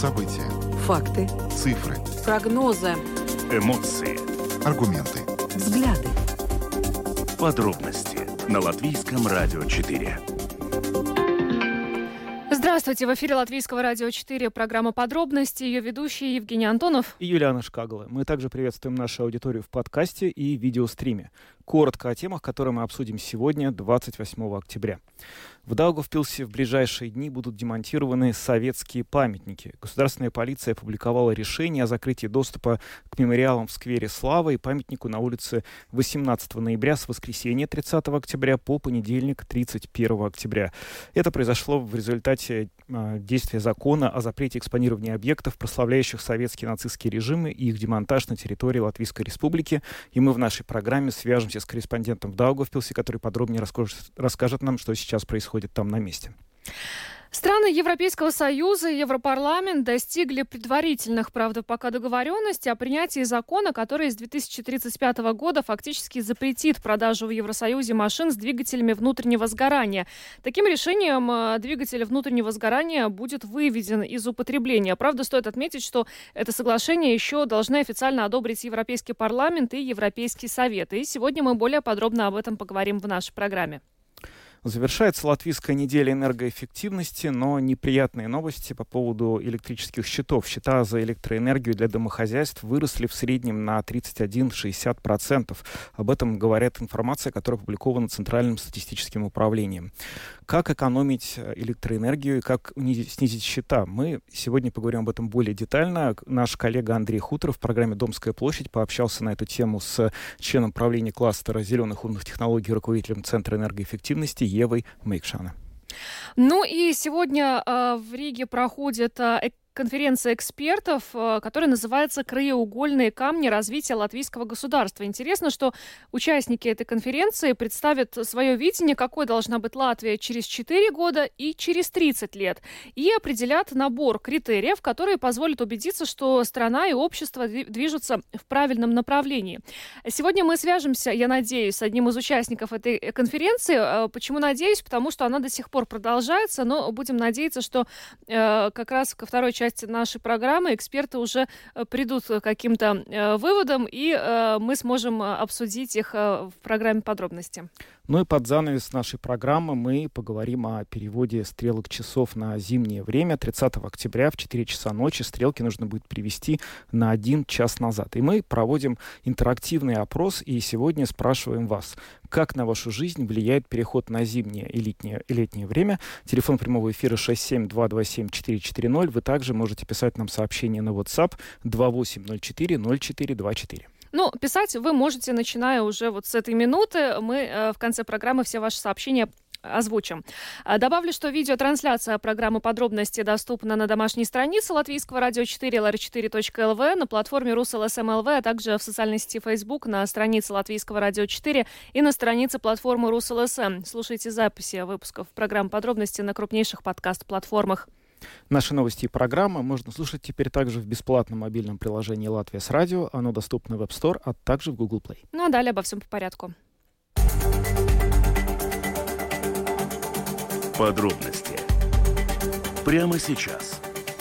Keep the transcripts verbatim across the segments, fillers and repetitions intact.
События. Факты. Цифры. Прогнозы. Эмоции. Аргументы. Взгляды. Подробности на Латвийском радио четыре. Здравствуйте, в эфире Латвийского радио четыре, программа «Подробности», ее ведущие Евгений Антонов и Юлиана Шкагала. Мы также приветствуем нашу аудиторию в подкасте и видеостриме. Коротко о темах, которые мы обсудим сегодня, двадцать восьмого октября. В Даугавпилсе в ближайшие дни будут демонтированы советские памятники. Государственная полиция опубликовала решение о закрытии доступа к мемориалам в сквере Славы и памятнику на улице восемнадцатого ноября с воскресенья тридцатого октября по понедельник тридцать первого октября. Это произошло в результате э, действия закона о запрете экспонирования объектов, прославляющих советские нацистские режимы и их демонтаж на территории Латвийской Республики. И мы в нашей программе свяжемся с корреспондентом в Даугавпилсе, который подробнее расскажет, расскажет нам, что сейчас происходит там на месте. Страны Европейского Союза и Европарламент достигли предварительных, правда, пока договоренностей о принятии закона, который с две тысячи тридцать пятого года фактически запретит продажу в Евросоюзе машин с двигателями внутреннего сгорания. Таким решением двигатель внутреннего сгорания будет выведен из употребления. Правда, стоит отметить, что это соглашение еще должны официально одобрить Европейский парламент и Европейский совет. И сегодня мы более подробно об этом поговорим в нашей программе. Завершается Латвийская неделя энергоэффективности, но неприятные новости по поводу электрических счетов. Счета за электроэнергию для домохозяйств выросли в среднем на тридцать один целых шестьдесят сотых процента. Об этом говорит информация, которая опубликована Центральным статистическим управлением. Как экономить электроэнергию и как снизить счета? Мы сегодня поговорим об этом более детально. Наш коллега Андрей Хуторов в программе «Домская площадь» пообщался на эту тему с членом правления кластера зеленых умных технологий, руководителем Центра энергоэффективности Евой Мейкшана. Ну и сегодня э, в Риге проходит э, конференция экспертов, которая называется «Краеугольные камни развития латвийского государства». Интересно, что участники этой конференции представят свое видение, какой должна быть Латвия через четыре года и через тридцать лет, и определят набор критериев, которые позволят убедиться, что страна и общество движутся в правильном направлении. Сегодня мы свяжемся, я надеюсь, с одним из участников этой конференции. Почему надеюсь? Потому что она до сих пор продолжается, но будем надеяться, что э, как раз ко второй части части нашей программы эксперты уже придут к каким-то э, выводам, и э, мы сможем обсудить их э, в программе «Подробности». Ну и под занавес нашей программы мы поговорим о переводе стрелок часов на зимнее время. тридцатого октября в четыре часа ночи стрелки нужно будет перевести на один час назад. И мы проводим интерактивный опрос, и сегодня спрашиваем вас, как на вашу жизнь влияет переход на зимнее и летнее, и летнее время. Телефон прямого эфира шесть семь два два семь четыре четыре ноль. Вы также можете писать нам сообщение на WhatsApp два восемь ноль четыре ноль четыре два четыре. Ну, писать вы можете, начиная уже вот с этой минуты. Мы э, в конце программы все ваши сообщения озвучим. Добавлю, что видеотрансляция программы «Подробности» доступна на домашней странице Латвийского радио четыре эл эр четыре точка эл ви, на платформе РусЛСМ эл ви, а также в социальной сети Facebook, на странице Латвийского радио четыре и на странице платформы РусЛСМ. Слушайте записи выпусков программы «Подробности» на крупнейших подкаст-платформах. Наши новости и программы можно слушать теперь также в бесплатном мобильном приложении «Латвия с радио». Оно доступно в App Store, а также в Google Play. Ну а далее обо всем по порядку. Подробности прямо сейчас.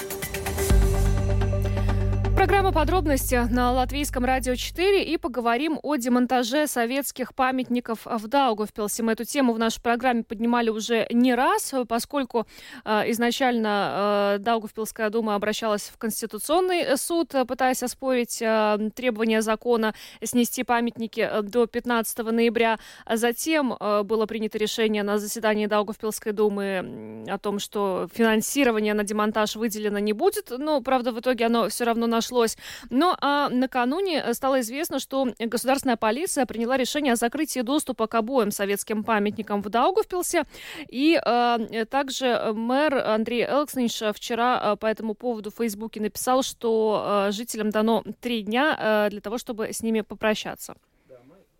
Программа «Подробности» на Латвийском радио четыре, и поговорим о демонтаже советских памятников в Даугавпилсе. Мы эту тему в нашей программе поднимали уже не раз, поскольку э, изначально э, Даугавпилская дума обращалась в Конституционный суд, пытаясь оспорить э, требования закона снести памятники до пятнадцатого ноября. Затем э, было принято решение на заседании Даугавпилской думы о том, что финансирование на демонтаж выделено не будет. Но, правда, в итоге оно все равно нашлось. Но а накануне стало известно, что государственная полиция приняла решение о закрытии доступа к обоим советским памятникам в Даугавпилсе. И а, также мэр Андрей Элксниш вчера а, по этому поводу в Фейсбуке написал, что а, жителям дано три дня а, для того, чтобы с ними попрощаться.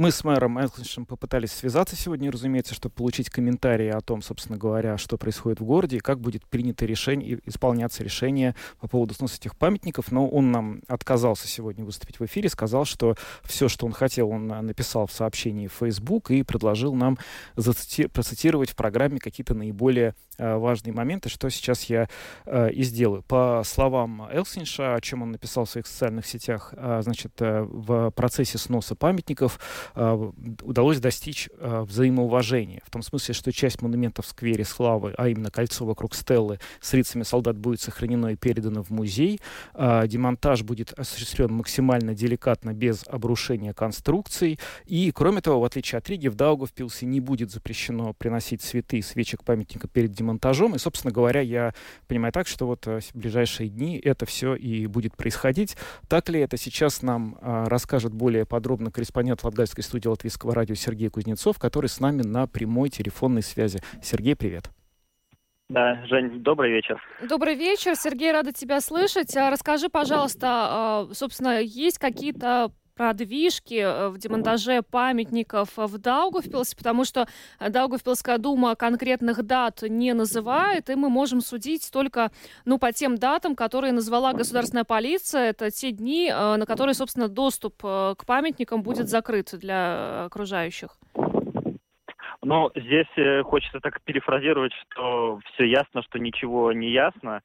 Мы с мэром Элсиншем попытались связаться сегодня, разумеется, чтобы получить комментарии о том, собственно говоря, что происходит в городе и как будет принято решение, исполняться решение по поводу сноса этих памятников. Но он нам отказался сегодня выступить в эфире, сказал, что все, что он хотел, он написал в сообщении в Facebook и предложил нам зацити- процитировать в программе какие-то наиболее э, важные моменты, что сейчас я э, и сделаю. По словам Элсинша, о чем он написал в своих социальных сетях, э, значит, э, в процессе сноса памятников удалось достичь э, взаимоуважения. В том смысле, что часть монументов в сквере Славы, а именно кольцо вокруг стеллы с лицами солдат, будет сохранено и передано в музей. Э, демонтаж будет осуществлен максимально деликатно, без обрушения конструкций. И, кроме того, в отличие от Риги, в Даугавпилсе не будет запрещено приносить цветы и свечи к памятнику перед демонтажом. И, собственно говоря, я понимаю так, что вот в ближайшие дни это все и будет происходить. Так ли это, сейчас нам э, расскажет более подробно корреспондент Латгальской студии Латвийского радио Сергей Кузнецов, который с нами на прямой телефонной связи. Сергей, привет. Да, Жень, добрый вечер. Добрый вечер, Сергей, рада тебя слышать. Расскажи, пожалуйста, собственно, есть какие-то продвижки в демонтаже памятников в Даугавпилсе, потому что Даугавпилская дума конкретных дат не называет, и мы можем судить только, ну, по тем датам, которые назвала государственная полиция. Это те дни, на которые, собственно, доступ к памятникам будет закрыт для окружающих. Ну, здесь э, хочется так перефразировать, что все ясно, что ничего не ясно.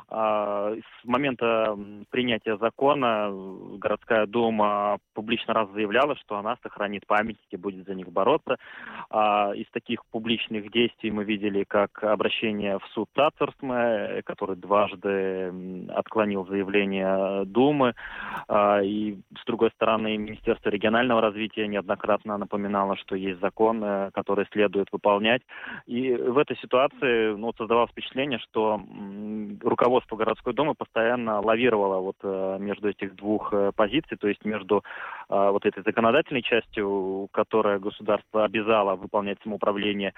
А, с момента принятия закона городская дума публично раз заявляла, что она сохранит памятники, будет за них бороться. А, из таких публичных действий мы видели, как обращение в суд Цацарсме, который дважды отклонил заявление Думы. А, и, с другой стороны, Министерство регионального развития неоднократно напоминало, что есть закон, который следует выполнять. И в этой ситуации ну, создавалось впечатление, что м, руководство городской думы постоянно лавировало вот, э, между этих двух э, позиций, то есть между э, вот этой законодательной частью, которая государство обязало выполнять самоуправление,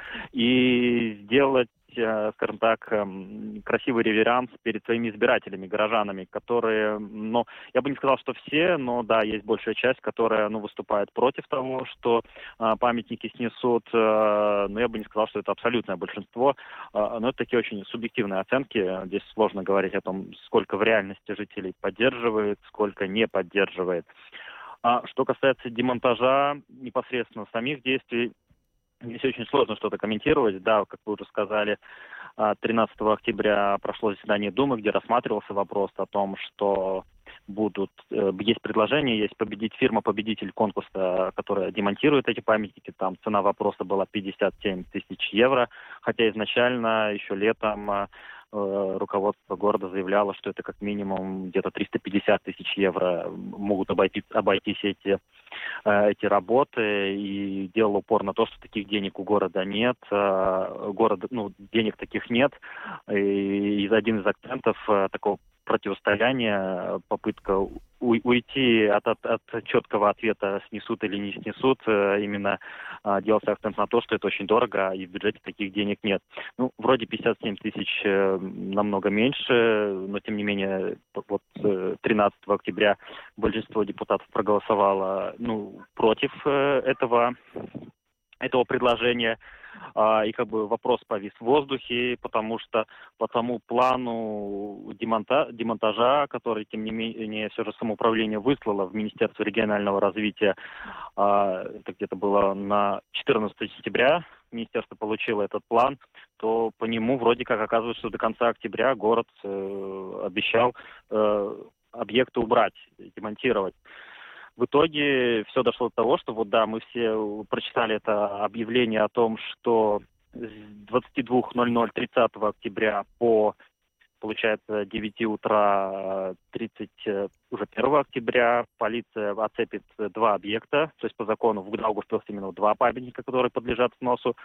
и сделать, скажем так, красивый реверанс перед своими избирателями, горожанами, которые, ну, я бы не сказал, что все, но да, есть большая часть, которая, ну, выступает против того, что а, памятники снесут, а, но я бы не сказал, что это абсолютное большинство, а, но это такие очень субъективные оценки, здесь сложно говорить о том, сколько в реальности жителей поддерживает, сколько не поддерживает. А что касается демонтажа, непосредственно самих действий, здесь очень сложно что-то комментировать. Да, как вы уже сказали, тринадцатого октября прошло заседание Думы, где рассматривался вопрос о том, что будут, есть предложение, есть победить, фирма-победитель конкурса, которая демонтирует эти памятники. Там цена вопроса была пятьдесят семь тысяч евро, хотя изначально еще летом руководство города заявляло, что это как минимум где-то триста пятьдесят тысяч евро могут обойти, обойтись эти, эти работы, и делал упор на то, что таких денег у города нет, города, ну, денег таких нет, и один из акцентов такого противостояния, попытка уйти от, от, от четкого ответа, снесут или не снесут, именно а, делался акцент на то, что это очень дорого, и в бюджете таких денег нет. Ну, вроде пятьдесят семь тысяч намного меньше, но тем не менее, вот тринадцатого октября большинство депутатов проголосовало, ну, против этого, этого предложения. И как бы вопрос повис в воздухе, потому что по тому плану демонта- демонтажа, который, тем не менее, все же самоуправление выслало в Министерство регионального развития, это где-то было на четырнадцатого сентября, министерство получило этот план, то по нему вроде как оказывается, что до конца октября город э, обещал э, объекты убрать, демонтировать. В итоге все дошло до того, что вот да, мы все прочитали это объявление о том, что с двадцати двух ноль-ноль тридцатого октября по, получается, девяти утра тридцать уже первого октября полиция оцепит два объекта, то есть по закону в Даугавпилсе именно два памятника, которые подлежат сносу,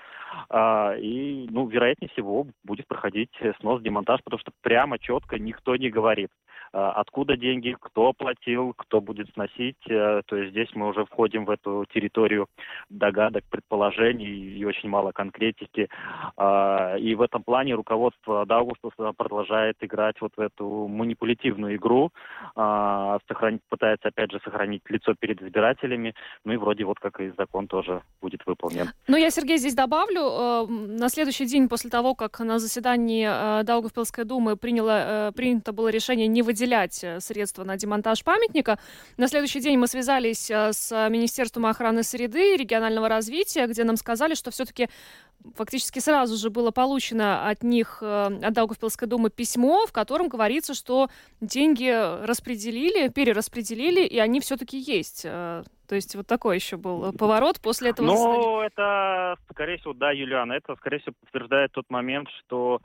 и, ну, вероятнее всего будет проходить снос, демонтаж, потому что прямо четко никто не говорит. откуда деньги, кто платил, кто будет сносить. То есть здесь мы уже входим в эту территорию догадок, предположений и очень мало конкретики. И в этом плане руководство Даугавпилса продолжает играть вот в эту манипулятивную игру, сохранить, пытается опять же сохранить лицо перед избирателями, ну и вроде вот как и закон тоже будет выполнен. Ну, я, Сергей, здесь добавлю. На следующий день после того, как на заседании Даугавпилской думы приняло, принято было решение не выделять средства на демонтаж памятника, на следующий день мы связались с Министерством охраны среды и регионального развития, где нам сказали, что все-таки фактически сразу же было получено от них, от Даугавпилской думы, письмо, в котором говорится, что деньги распределили, перераспределили, и они все-таки есть. То есть вот такой еще был поворот после этого. Ну, это, скорее всего, да, Юлиана, это, скорее всего, подтверждает тот момент, что,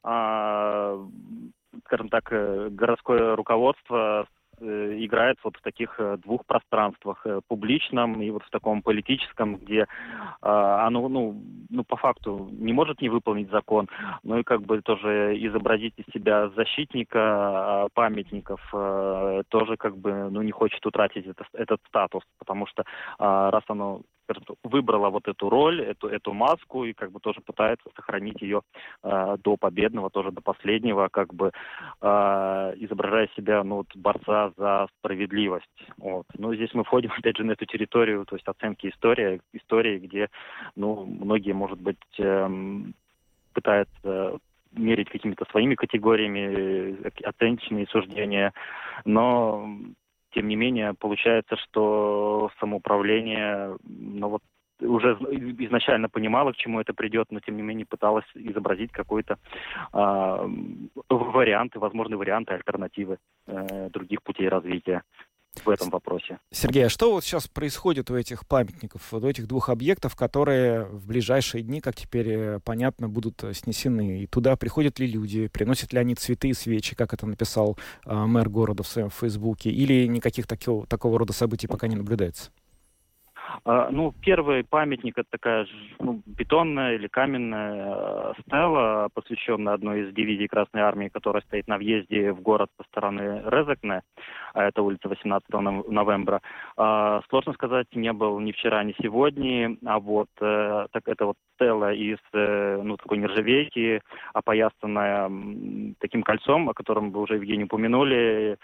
а, скажем так, городское руководство играет вот в таких двух пространствах, публичном и вот в таком политическом, где э, оно, ну, ну, по факту не может не выполнить закон, но и как бы тоже изобразить из себя защитника памятников, э, тоже как бы, ну, не хочет утратить это, этот статус, потому что э, раз оно выбрала вот эту роль, эту, эту маску, и как бы тоже пытается сохранить ее э, до победного, тоже до последнего, как бы э, изображая себя, ну, вот, борца за справедливость. Вот. Ну, здесь мы входим, опять же, на эту территорию, то есть оценки истории, истории, где, ну, многие, может быть, э, пытаются мерить какими-то своими категориями, оценочные суждения, но тем не менее, получается, что самоуправление, ну вот, уже изначально понимало, к чему это придет, но тем не менее пыталась изобразить какой-то э, варианты, возможные варианты, альтернативы э, других путей развития в этом вопросе. Сергей, а что вот сейчас происходит у этих памятников, у этих двух объектов, которые в ближайшие дни, как теперь понятно, будут снесены? И туда приходят ли люди, приносят ли они цветы и свечи, как это написал э, мэр города в своем фейсбуке, или никаких такого, такого рода событий пока не наблюдается? Uh, ну, первый памятник — это такая, ну, бетонная или каменная uh, стела, посвященная одной из дивизий Красной Армии, которая стоит на въезде в город со стороны Резекне, а это улица восемнадцатого новembra. Uh, сложно сказать, не был ни вчера, ни сегодня, а вот uh, так, это вот стела из uh, ну, такой нержавейки, опоясанная um, таким кольцом, о котором вы уже, Евгений, упомянули,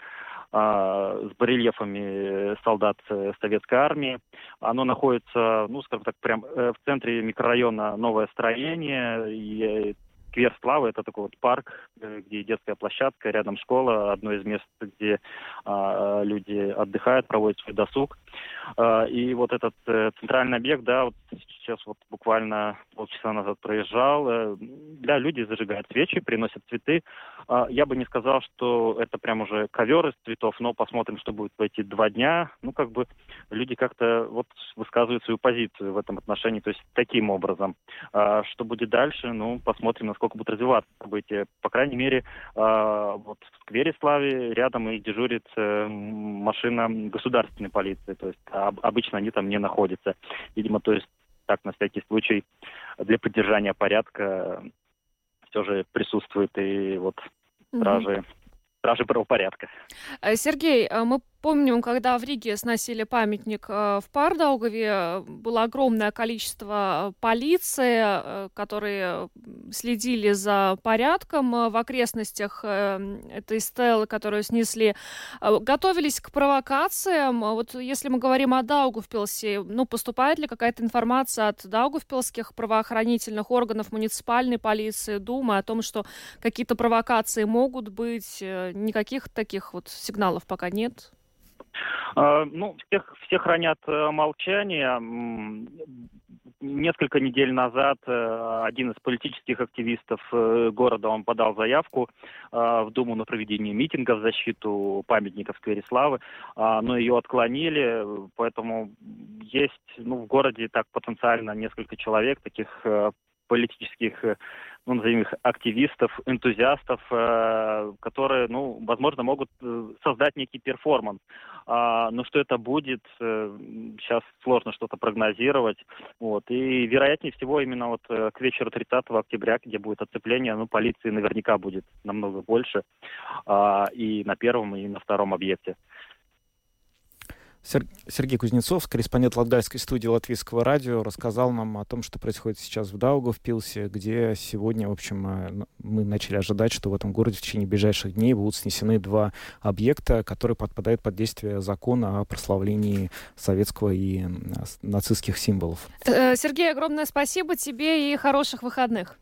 с барельефами солдат советской армии. Оно находится, ну, скажем так, прям в центре микрорайона Новое Строение. И Сквер Славы — это такой вот парк, где детская площадка, рядом школа, одно из мест, где а, люди отдыхают, проводят свой досуг. А, и вот этот э, центральный объект, да, вот сейчас вот буквально полчаса назад проезжал, э, да, люди зажигают свечи, приносят цветы. А, я бы не сказал, что это прям уже ковер из цветов, но посмотрим, что будет в эти два дня. Ну, как бы люди как-то вот высказывают свою позицию в этом отношении, то есть таким образом. А, что будет дальше, ну, посмотрим, насколько будут развиваться события. По крайней мере, э, вот в сквере Славы рядом и дежурит э, машина государственной полиции. То есть об, обычно они там не находятся. Видимо, то есть так, на всякий случай, для поддержания порядка все же присутствует и вот стражи, mm-hmm. стражи правопорядка. Сергей, мы помним, когда в Риге сносили памятник в Пардаугаве, было огромное количество полиции, которые следили за порядком в окрестностях этой стелы, которую снесли, готовились к провокациям. Вот если мы говорим о Даугавпилсе, ну, поступает ли какая-то информация от даугавпилских правоохранительных органов, муниципальной полиции, Думы о том, что какие-то провокации могут быть? Никаких таких вот сигналов пока нет? Ну, всех, все хранят молчание. Несколько недель назад один из политических активистов города, он подал заявку в Думу на проведение митинга в защиту памятника в сквере Славы, но ее отклонили, поэтому есть, ну, в городе так потенциально несколько человек, таких политических, ну, назовем их, активистов, энтузиастов, э, которые, ну, возможно, могут создать некий перформанс. А, но что это будет, э, сейчас сложно что-то прогнозировать. Вот. И, вероятнее всего, именно вот к вечеру тридцатого октября, где будет оцепление, ну, полиции наверняка будет намного больше. А, и на первом, и на втором объекте. Сергей Кузнецов, корреспондент Латгальской студии Латвийского радио, рассказал нам о том, что происходит сейчас в Даугавпилсе, где сегодня, в общем, мы начали ожидать, что в этом городе в течение ближайших дней будут снесены два объекта, которые подпадают под действие закона о прославлении советского и нацистских символов. Сергей, огромное спасибо тебе и хороших выходных.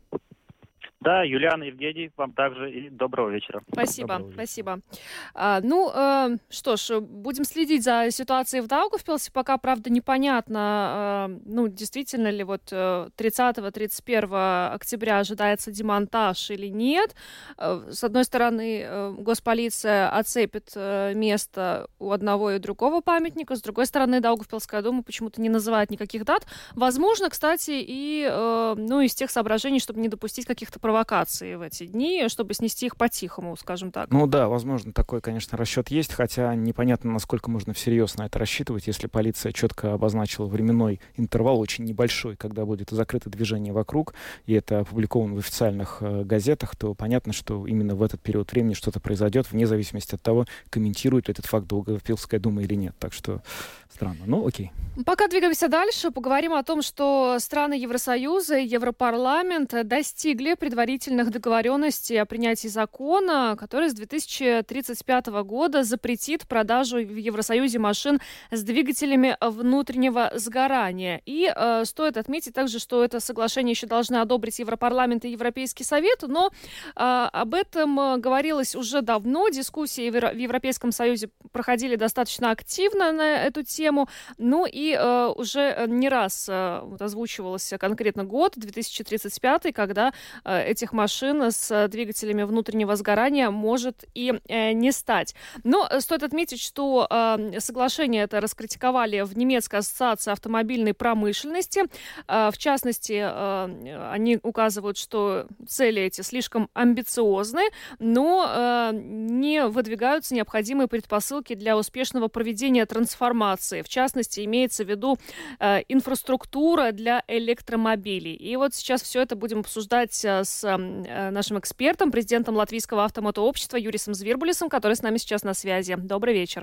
Да, Юлиана, Евгений, вам также и доброго вечера. Спасибо, доброго вечера. спасибо. А, ну, э, что ж, будем следить за ситуацией в Даугавпилсе. Пока, правда, непонятно, э, ну, действительно ли вот тридцатого — тридцать первого октября ожидается демонтаж или нет. Э, с одной стороны, э, госполиция оцепит э, место у одного и другого памятника, с другой стороны, Даугавпилская дума почему-то не называет никаких дат. Возможно, кстати, и э, ну, из тех соображений, чтобы не допустить каких-то провокации в эти дни, чтобы снести их по-тихому, скажем так. Ну да, возможно, такой, конечно, расчет есть, хотя непонятно, насколько можно всерьез на это рассчитывать, если полиция четко обозначила временной интервал, очень небольшой, когда будет закрыто движение вокруг, и это опубликовано в официальных э, газетах, то понятно, что именно в этот период времени что-то произойдет, вне зависимости от того, комментирует ли этот факт Даугавпилская дума или нет. Так что странно. Ну, окей. Пока двигаемся дальше, поговорим о том, что страны Евросоюза и Европарламент достигли предварительных договоренностей о принятии закона, который с две тысячи тридцать пятого года запретит продажу в Евросоюзе машин с двигателями внутреннего сгорания. И э, стоит отметить также, что это соглашение еще должны одобрить Европарламент и Европейский Совет, но э, об этом говорилось уже давно. Дискуссии в Европейском Союзе проходили достаточно активно на эту тему. Ну и э, уже не раз э, вот озвучивался конкретно год, две тысячи тридцать пятый, когда э, этих машин с двигателями внутреннего сгорания может и э, не стать. Но стоит отметить, что э, соглашение это раскритиковали в немецкой ассоциации автомобильной промышленности. Э, в частности, э, они указывают, что цели эти слишком амбициозны, но э, не выдвигаются необходимые предпосылки для успешного проведения трансформации. В частности, имеется в виду э, инфраструктура для электромобилей. И вот сейчас все это будем обсуждать с э, нашим экспертом, президентом Латвийского автомотообщества Юрисом Звирбулисом, который с нами сейчас на связи. Добрый вечер.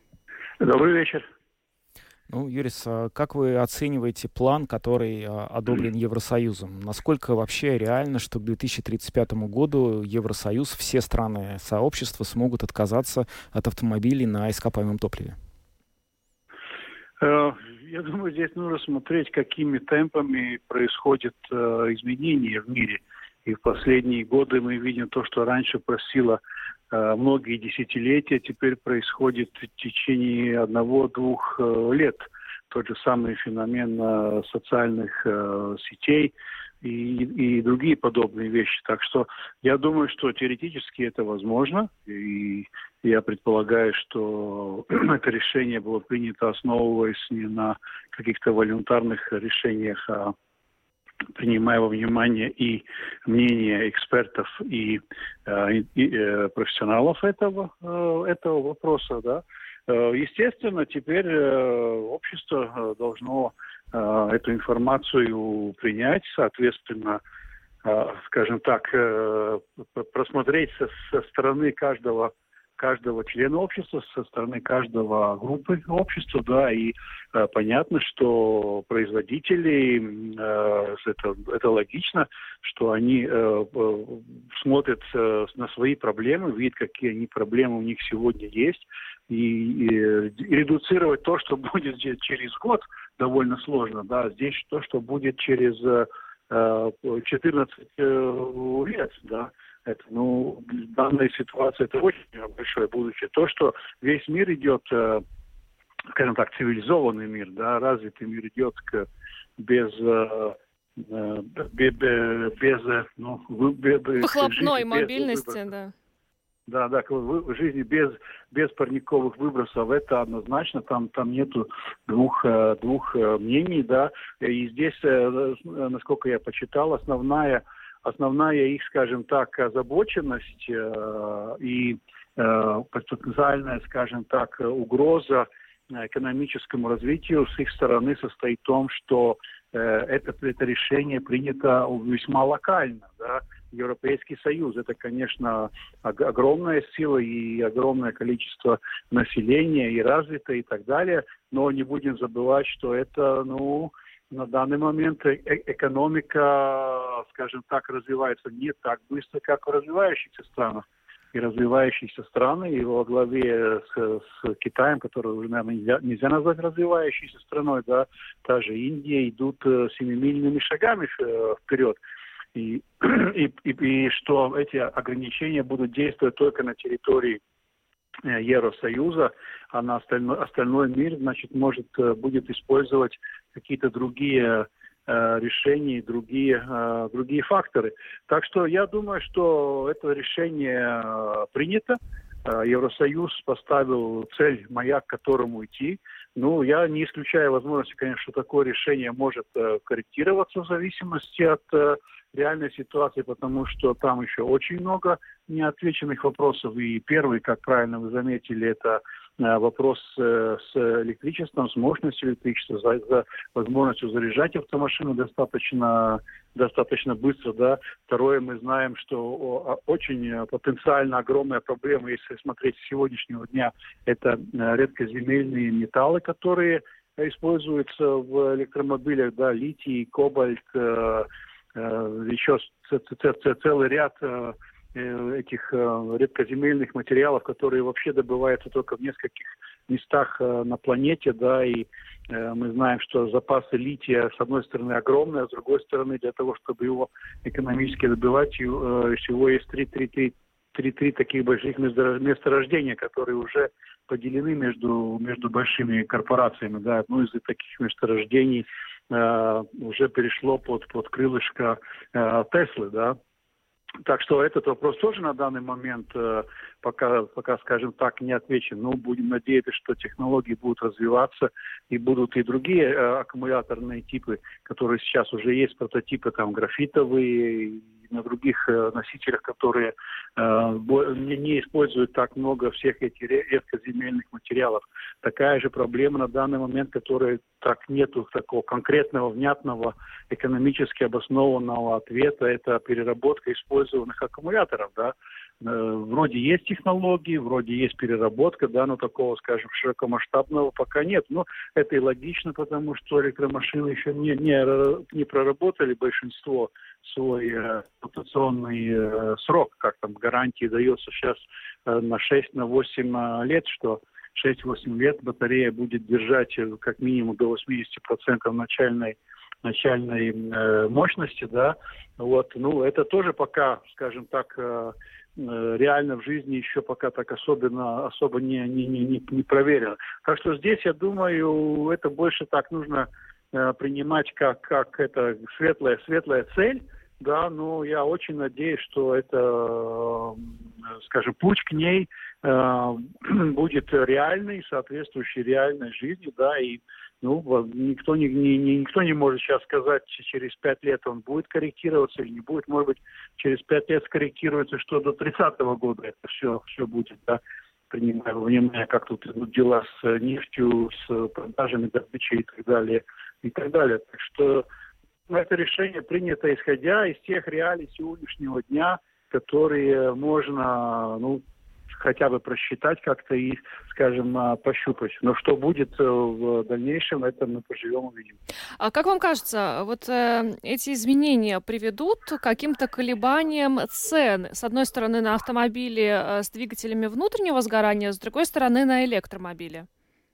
Добрый вечер. Ну, Юрис, как вы оцениваете план, который одобрен Евросоюзом? Насколько вообще реально, что к две тысячи тридцать пятому году Евросоюз, все страны сообщества смогут отказаться от автомобилей на ископаемом топливе? Я думаю, здесь нужно смотреть, какими темпами происходят изменения в мире. И в последние годы мы видим то, что раньше просило многие десятилетия, теперь происходит в течение одного-двух лет. Тот же самый феномен социальных сетей и, и другие подобные вещи. Так что я думаю, что теоретически это возможно. И я предполагаю, что это решение было принято, основываясь не на каких-то волюнтарных решениях, а принимая во внимание и мнение экспертов, и, и, и профессионалов этого, этого вопроса. Да. Естественно, теперь общество должно эту информацию принять, соответственно, скажем так, просмотреть со, со стороны каждого каждого члена общества, со стороны каждого группы общества, да, и э, понятно, что производители, э, это, это логично, что они э, э, смотрят э, на свои проблемы, видят, какие они проблемы у них сегодня есть, и, и, и редуцировать то, что будет через год, довольно сложно, да, здесь то, что будет через э, четырнадцать э, лет, да. Это, ну, данная ситуация, это очень большое будущее. То, что весь мир идет, э, скажем так, цивилизованный мир, да, развитый мир идет к, без, э, без, без, ну, выхлопной мобильности, без, да. Да, да, в жизни без, без парниковых выбросов это однозначно, там, там нету двух, двух мнений, да, и здесь, насколько я почитал, основная, основная их, скажем так, озабоченность э, и э, потенциальная, скажем так, угроза экономическому развитию с их стороны состоит в том, что э, это, это решение принято весьма локально, да. Европейский Союз. Это, конечно, огромная сила и огромное количество населения, и развито, и так далее. Но не будем забывать, что это, ну, на данный момент э- экономика, скажем так, развивается не так быстро, как в развивающихся странах. И развивающиеся страны, и во главе с, с Китаем, который уже, наверное, нельзя, нельзя назвать развивающейся страной, да, та же Индия, идут семимильными шагами вперед. И, и, и, и что эти ограничения будут действовать только на территории Евросоюза, а на остальной, остальной мир, значит, может, будет использовать какие-то другие э, решения, другие, э, другие факторы. Так что я думаю, что это решение э, принято. Евросоюз поставил цель, маяк, к которому идти. Ну, я не исключаю возможности, конечно, что такое решение может э, корректироваться в зависимости от э, реальной ситуации, потому что там еще очень много неотвеченных вопросов. И первый, как правильно вы заметили, это э, вопрос э, с электричеством, с мощностью электричества, за, за возможностью заряжать автомашину достаточно, достаточно быстро. Да. Второе, мы знаем, что о, очень потенциально огромная проблема, если смотреть с сегодняшнего дня, это э, редкоземельные металлы, которые используются в электромобилях, да, литий, кобальт, э, еще целый ряд этих редкоземельных материалов, которые вообще добываются только в нескольких местах на планете, да, и мы знаем, что запасы лития, с одной стороны, огромные, а с другой стороны, для того, чтобы его экономически добывать, всего есть три таких больших месторождения, которые уже поделены между, между большими корпорациями, да. Одно из таких месторождений Uh, уже перешло под, под крылышко uh, Теслы, да. Так что этот вопрос тоже на данный момент uh, пока, пока, скажем так, не отвечен. Но будем надеяться, что технологии будут развиваться и будут и другие uh, аккумуляторные типы, которые сейчас уже есть, прототипы там графитовые, и на других uh, носителях, которые uh, не, не используют так много всех этих редкоземельных материалов. Такая же проблема на данный момент, которая так нету такого конкретного, внятного, экономически обоснованного ответа, это переработка использованных аккумуляторов, да. Вроде есть технологии, вроде есть переработка, да, но такого, скажем, широкомасштабного пока нет. Но это и логично, потому что электромашины еще не, не, не проработали большинство свой э, эксплуатационный э, срок, как там гарантии дается сейчас э, на шесть-восемь э, лет, что шесть-восемь лет батарея будет держать как минимум до восемьдесят процентов начальной, начальной э, мощности, да. Вот, ну, это тоже пока, скажем так, э, реально в жизни еще пока так особенно, особо не, не, не, не проверено. Так что здесь, я думаю, это больше так нужно э, принимать как, как это светлая, светлая цель, да, но я очень надеюсь, что это, скажем, путь к ней э, будет реальный, соответствующий реальной жизни, да, и ну, никто не, не, никто не может сейчас сказать, через пять лет он будет корректироваться или не будет. Может быть, через пять лет скорректируется, что до тридцатого года это все, все будет, да, принимая во внимание, как тут идут дела с нефтью, с продажами, добычей и так далее, и так далее. Так что это решение принято исходя из тех реалий сегодняшнего дня, которые можно, ну, хотя бы просчитать как-то и, скажем, пощупать. Но что будет в дальнейшем, это мы поживем, увидим. А как вам кажется, вот э, эти изменения приведут к каким-то колебаниям цен? С одной стороны, на автомобили э, с двигателями внутреннего сгорания, с другой стороны, на электромобили?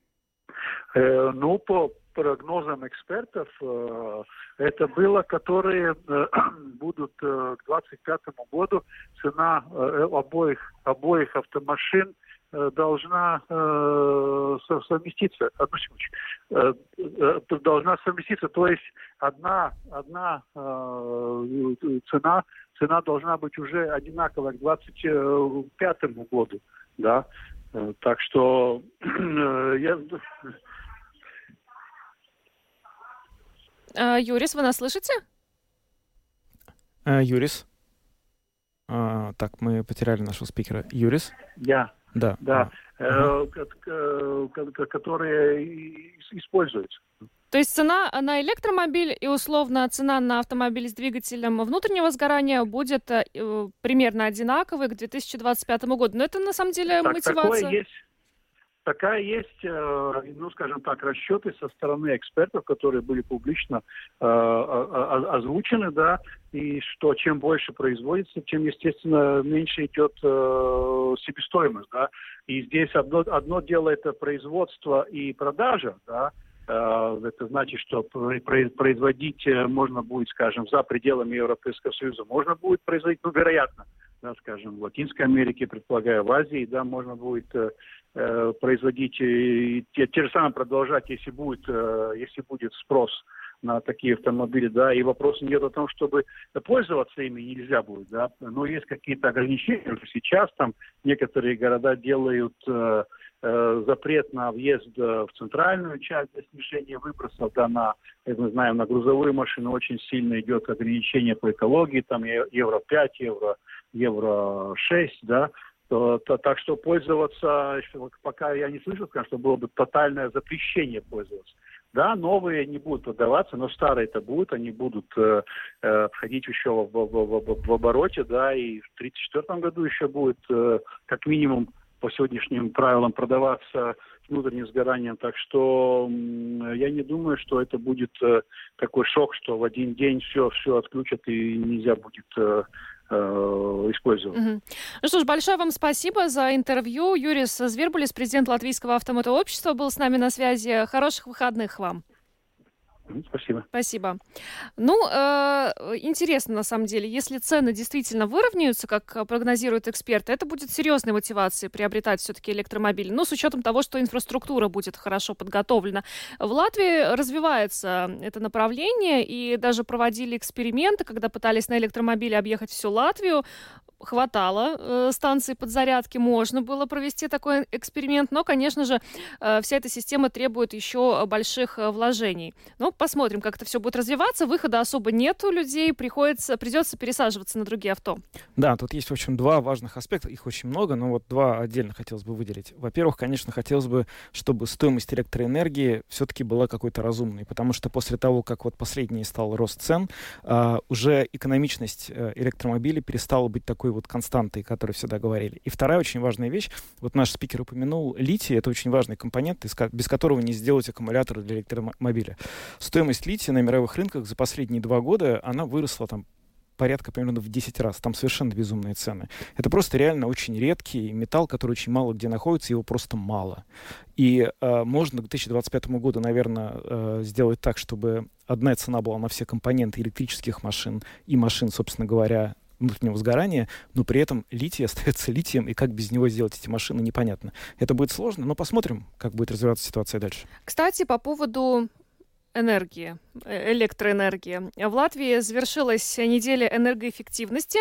Э, ну, по прогнозам экспертов, э, это было, которые э, будут э, к двадцать пятому году цена э, обоих, обоих автомашин э, должна э, совместиться. Одну секундочку. Э, э, должна совместиться. То есть одна, одна э, цена цена должна быть уже одинаковая к двадцать пятому году, да. Так что я... Юрис, вы нас слышите? Юрис. А, так, мы потеряли нашего спикера. Юрис? Я. Да. Да. А. Э, которые используются. То есть цена на электромобиль и условно цена на автомобиль с двигателем внутреннего сгорания будет э, примерно одинаковой к две тысячи двадцать пятому году. Но это на самом деле так, мотивация. Такое есть. Такая есть, ну, скажем так, расчеты со стороны экспертов, которые были публично э, озвучены, да, и что чем больше производится, тем, естественно, меньше идет э, себестоимость, да. И здесь одно, одно дело это производство и продажа, да. Э, это значит, что производить можно будет, скажем, за пределами Европейского Союза, можно будет производить, ну, вероятно, да, скажем, в Латинской Америке, предполагаю, в Азии, да, можно будет э, производить и те, те же самые продолжать, если будет, э, если будет спрос на такие автомобили, да, и вопрос не в том, чтобы пользоваться ими нельзя будет, да, но есть какие-то ограничения. Сейчас там некоторые города делают э, э, запрет на въезд в центральную часть для снижения выбросов, да, на, как мы знаем, на грузовые машины очень сильно идет ограничение по экологии, там евро пять, евро евро шесть, да, то, то, так что пользоваться, пока я не слышал, что было бы тотальное запрещение пользоваться. Да, новые не будут продаваться, но старые-то будут, они будут э, э, входить еще в, в, в, в обороте, да, и в две тысячи тридцать четвёртом году еще будет э, как минимум по сегодняшним правилам продаваться с внутренним сгоранием. Так что э, я не думаю, что это будет э, такой шок, что в один день все, все отключат и нельзя будет э, использовать. Угу. Ну что ж, большое вам спасибо за интервью. Юрис Звербулис, президент Латвийского автомотообщества, был с нами на связи. Хороших выходных вам. Спасибо. Спасибо. Ну, э, интересно, на самом деле, если цены действительно выровняются, как прогнозируют эксперты, это будет серьезной мотивацией приобретать все-таки электромобиль. Ну, с учетом того, что инфраструктура будет хорошо подготовлена. В Латвии развивается это направление, и даже проводили эксперименты, когда пытались на электромобиле объехать всю Латвию. Хватало э, станций подзарядки, можно было провести такой эксперимент, но, конечно же, э, вся эта система требует еще больших э, вложений. Ну, посмотрим, как это все будет развиваться. Выхода особо нет у людей, приходится, придется пересаживаться на другие авто. Да, тут есть, в общем, два важных аспекта, их очень много, но вот два отдельно хотелось бы выделить. Во-первых, конечно, хотелось бы, чтобы стоимость электроэнергии все-таки была какой-то разумной, потому что после того, как вот последний стал рост цен, э, уже экономичность э, электромобилей перестала быть такой вот константой, которые всегда говорили. И вторая очень важная вещь, вот наш спикер упомянул, литий — это очень важный компонент, без которого не сделать аккумуляторы для электромобиля. Стоимость лития на мировых рынках за последние два года, она выросла там порядка примерно в десять раз. Там совершенно безумные цены. Это просто реально очень редкий металл, который очень мало где находится, его просто мало. И э, можно к две тысячи двадцать пятому году, наверное, э, сделать так, чтобы одна цена была на все компоненты электрических машин и машин, собственно говоря, внутреннего сгорания, но при этом литий остается литием, и как без него сделать эти машины, непонятно. Это будет сложно, но посмотрим, как будет развиваться ситуация дальше. Кстати, по поводу энергии, электроэнергии. В Латвии завершилась неделя энергоэффективности,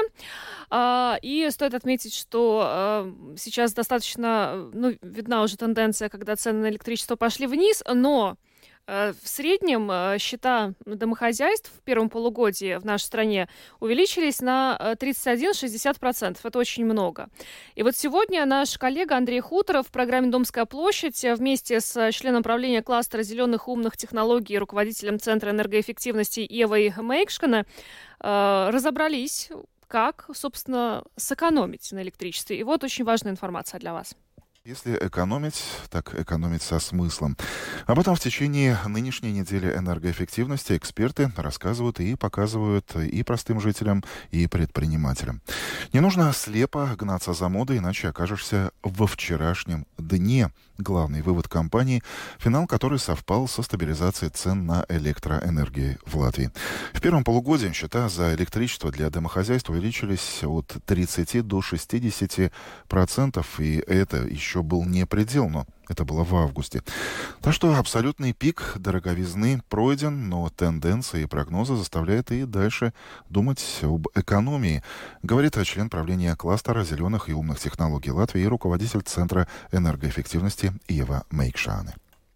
и стоит отметить, что сейчас достаточно, ну, видна уже тенденция, когда цены на электричество пошли вниз, но в среднем счета домохозяйств в первом полугодии в нашей стране увеличились на тридцать один - шестьдесят процентов. Это очень много. И вот сегодня наш коллега Андрей Хуторов в программе «Домская площадь» вместе с членом правления кластера зеленых умных технологий и руководителем Центра энергоэффективности Евой Мейкшкане разобрались, как, собственно, сэкономить на электричестве. И вот очень важная информация для вас. Если экономить, так экономить со смыслом. Об этом в течение нынешней недели энергоэффективности эксперты рассказывают и показывают и простым жителям, и предпринимателям. Не нужно слепо гнаться за модой, иначе окажешься во вчерашнем дне. Главный вывод компании, финал которой совпал со стабилизацией цен на электроэнергию в Латвии. В первом полугодии счета за электричество для домохозяйств увеличились от тридцати до шестидесяти процентов, и это еще был не предел, но Это было в августе. Так что абсолютный пик дороговизны пройден, но тенденции и прогнозы заставляют и дальше думать об экономии, говорит член правления кластера зеленых и умных технологий Латвии и руководитель Центра энергоэффективности Ева Мейкшане.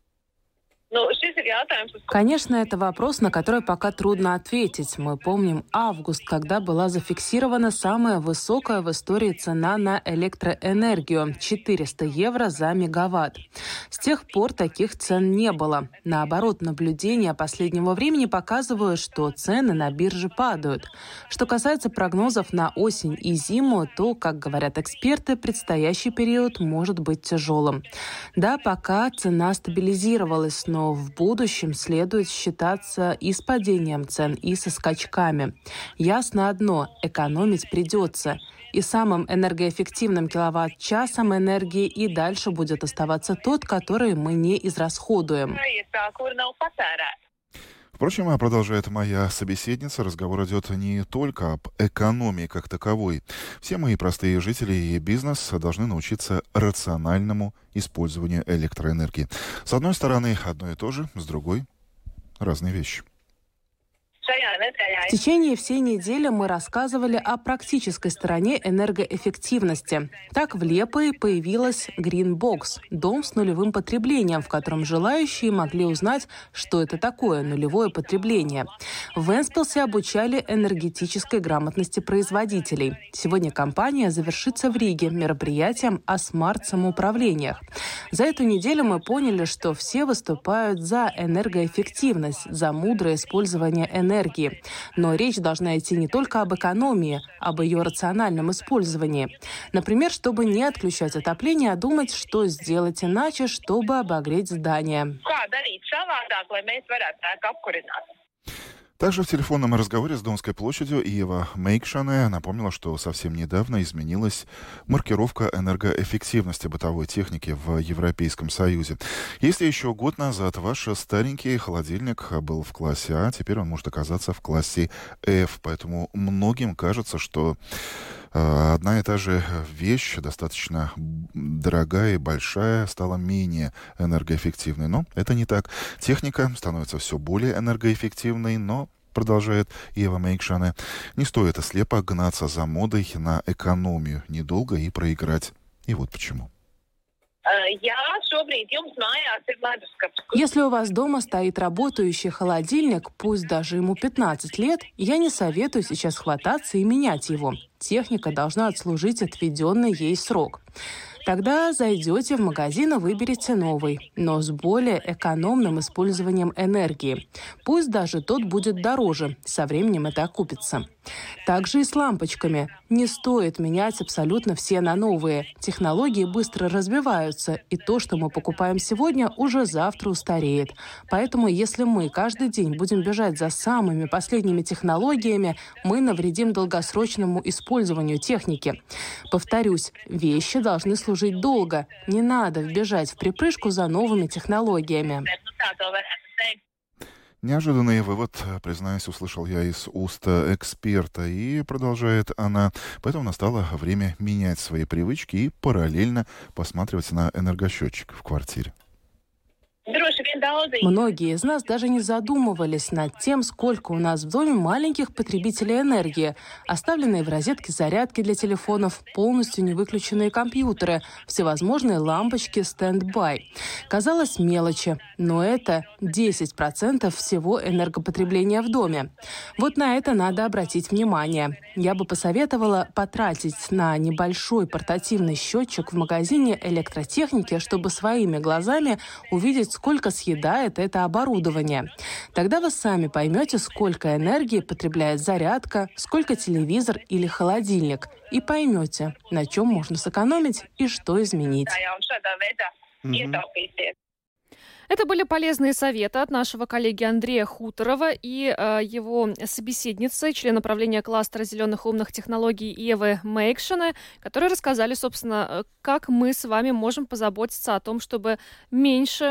Конечно, это вопрос, на который пока трудно ответить. Мы помним август, когда была зафиксирована самая высокая в истории цена на электроэнергию – четыреста евро за мегаватт. С тех пор таких цен не было. Наоборот, наблюдения последнего времени показывают, что цены на бирже падают. Что касается прогнозов на осень и зиму, то, как говорят эксперты, предстоящий период может быть тяжелым. Да, пока цена стабилизировалась, но в будущем следует считаться и с падением цен, и со скачками. Ясно одно – экономить придется. И самым энергоэффективным киловатт-часом энергии и дальше будет оставаться тот, который мы не израсходуем. Впрочем, продолжает моя собеседница, разговор идет не только об экономии как таковой. Все мы, простые жители и бизнес, должны научиться рациональному использованию электроэнергии. С одной стороны, одно и то же, с другой – разные вещи. В течение всей недели мы рассказывали о практической стороне энергоэффективности. Так в Лепое появилась Green Box – дом с нулевым потреблением, в котором желающие могли узнать, что это такое нулевое потребление. В Вентспилсе обучали энергетической грамотности производителей. Сегодня кампания завершится в Риге мероприятием о смарт-самоуправлениях. За эту неделю мы поняли, что все выступают за энергоэффективность, за мудрое использование энергии. энергии. Но речь должна идти не только об экономии, об ее рациональном использовании. Например, чтобы не отключать отопление, а думать, что сделать иначе, чтобы обогреть здание. Также в телефонном разговоре с Домской площадью Ева Мейкшане напомнила, что совсем недавно изменилась маркировка энергоэффективности бытовой техники в Европейском Союзе. Если еще год назад ваш старенький холодильник был в классе А, теперь он может оказаться в классе F. Поэтому многим кажется, что одна и та же вещь, достаточно дорогая и большая, стала менее энергоэффективной. Но это не так. Техника становится все более энергоэффективной, но, продолжает Ева Мейкшане, не стоит слепо гнаться за модой на экономию недолго и проиграть. И вот почему. Если у вас дома стоит работающий холодильник, пусть даже ему пятнадцать лет, я не советую сейчас хвататься и менять его. Техника должна отслужить отведенный ей срок. Тогда зайдете в магазин и выберете новый, но с более экономным использованием энергии. Пусть даже тот будет дороже, со временем это окупится. Также и с лампочками. Не стоит менять абсолютно все на новые. Технологии быстро развиваются, и то, что мы покупаем сегодня, уже завтра устареет. Поэтому, если мы каждый день будем бежать за самыми последними технологиями, мы навредим долгосрочному использованию техники. Повторюсь, вещи должны служить долго. Не надо бежать вприпрыжку за новыми технологиями. Неожиданный вывод, признаюсь, услышал я из уст эксперта. И продолжает она. Поэтому настало время менять свои привычки и параллельно посматривать на энергосчетчик в квартире. Многие из нас даже не задумывались над тем, сколько у нас в доме маленьких потребителей энергии, оставленные в розетке зарядки для телефонов, полностью не выключенные компьютеры, всевозможные лампочки стенд-бай. Казалось, мелочи, но это десять процентов всего энергопотребления в доме. Вот на это надо обратить внимание. Я бы посоветовала потратить на небольшой портативный счетчик в магазине электротехники, чтобы своими глазами увидеть, сколько съедает это оборудование. Тогда вы сами поймете, сколько энергии потребляет зарядка, сколько телевизор или холодильник, и поймете, на чем можно сэкономить и что изменить. Mm-hmm. Это были полезные советы от нашего коллеги Андрея Хуторова и э, его собеседницы, члена правления кластера зеленых умных технологий Евы Мейкшане, которые рассказали, собственно, как мы с вами можем позаботиться о том, чтобы меньше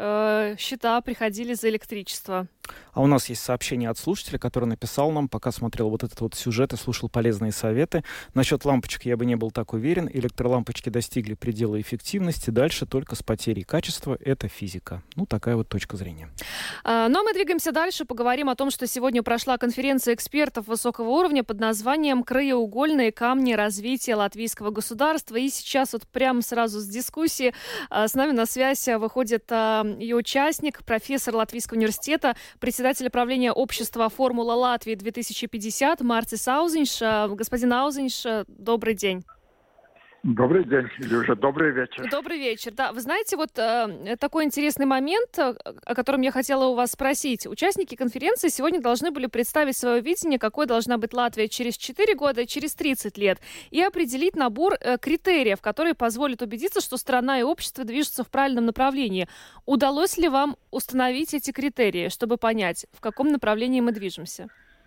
э, счета приходили за электричество. А у нас есть сообщение от слушателя, который написал нам, пока смотрел вот этот вот сюжет и слушал полезные советы. Насчет лампочек я бы не был так уверен. Электролампочки достигли предела эффективности. Дальше только с потерей качества. Это физика. Ну, такая вот точка зрения. А, но мы двигаемся дальше. Поговорим о том, что сегодня прошла конференция экспертов высокого уровня под названием «Краеугольные камни развития латвийского государства». И сейчас вот прямо сразу с дискуссии а, с нами на связь выходит а, ее участник, профессор Латвийского университета, председатель правления общества «Формула Латвии-две тысячи пятьдесят» Марцис Аузинш. Господин Аузинш, добрый день. Добрый день, или уже добрый вечер. Добрый вечер, да. Вы знаете, вот э, такой интересный момент, о котором я хотела у вас спросить. Участники конференции сегодня должны были представить свое видение, какой должна быть Латвия через четыре года и через тридцать лет, и определить набор э, критериев, которые позволят убедиться, что страна и общество движутся в правильном направлении. Удалось ли вам установить эти критерии, чтобы понять, в каком направлении мы движемся?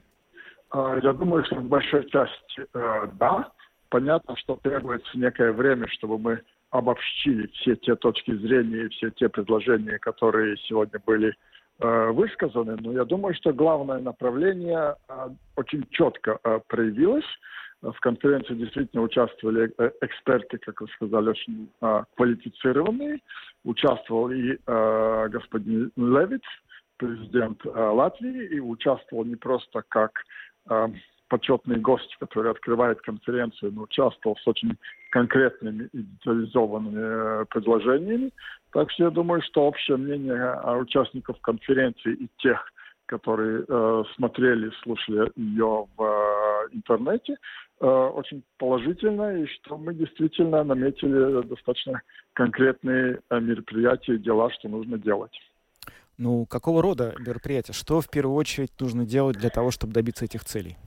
Я думаю, что в большой части э, да. Понятно, что требуется некое время, чтобы мы обобщили все те точки зрения и все те предложения, которые сегодня были э, высказаны. Но я думаю, что главное направление э, очень четко э, проявилось. В конференции действительно участвовали э, эксперты, как вы сказали, очень э, квалифицированные. Участвовал и э, господин Левиц, президент э, Латвии, и участвовал не просто как э, почетный гость, который открывает конференцию, но участвовал с очень конкретными и детализованными э, предложениями. Так что я думаю, что общее мнение участников конференции и тех, которые э, смотрели, слушали ее в э, интернете, э, очень положительно, и что мы действительно наметили достаточно конкретные э, мероприятия и дела, что нужно делать. Ну, какого рода мероприятия? Что в первую очередь нужно делать для того, чтобы добиться этих целей?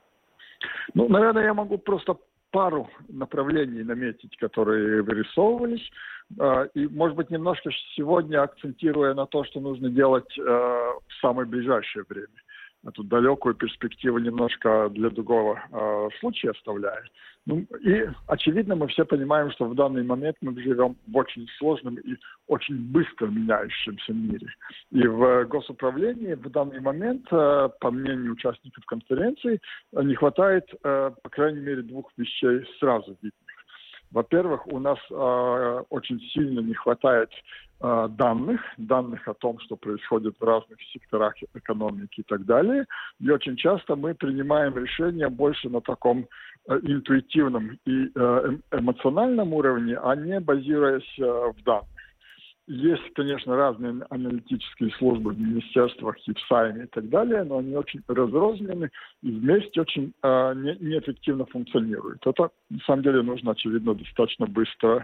Ну, наверное, я могу просто пару направлений наметить, которые вырисовывались. И, может быть, немножко сегодня акцентируя на то, что нужно делать в самое ближайшее время. Эту далекую перспективу немножко для другого э, случая оставляя. Ну, и, очевидно, мы все понимаем, что в данный момент мы живем в очень сложном и очень быстро меняющемся мире. И в госуправлении в данный момент, э, по мнению участников конференции, не хватает, э, по крайней мере, двух вещей сразу видных. Во-первых, у нас э, очень сильно не хватает э, данных, данных о том, что происходит в разных секторах экономики и так далее. И очень часто мы принимаем решения больше на таком э, интуитивном и э, эмоциональном уровне, а не базируясь э, в данных. Есть, конечно, разные аналитические службы в министерствах, и в Сайме и так далее, но они очень разрознены и вместе очень э, не, неэффективно функционируют. Это, на самом деле, нужно, очевидно, достаточно быстро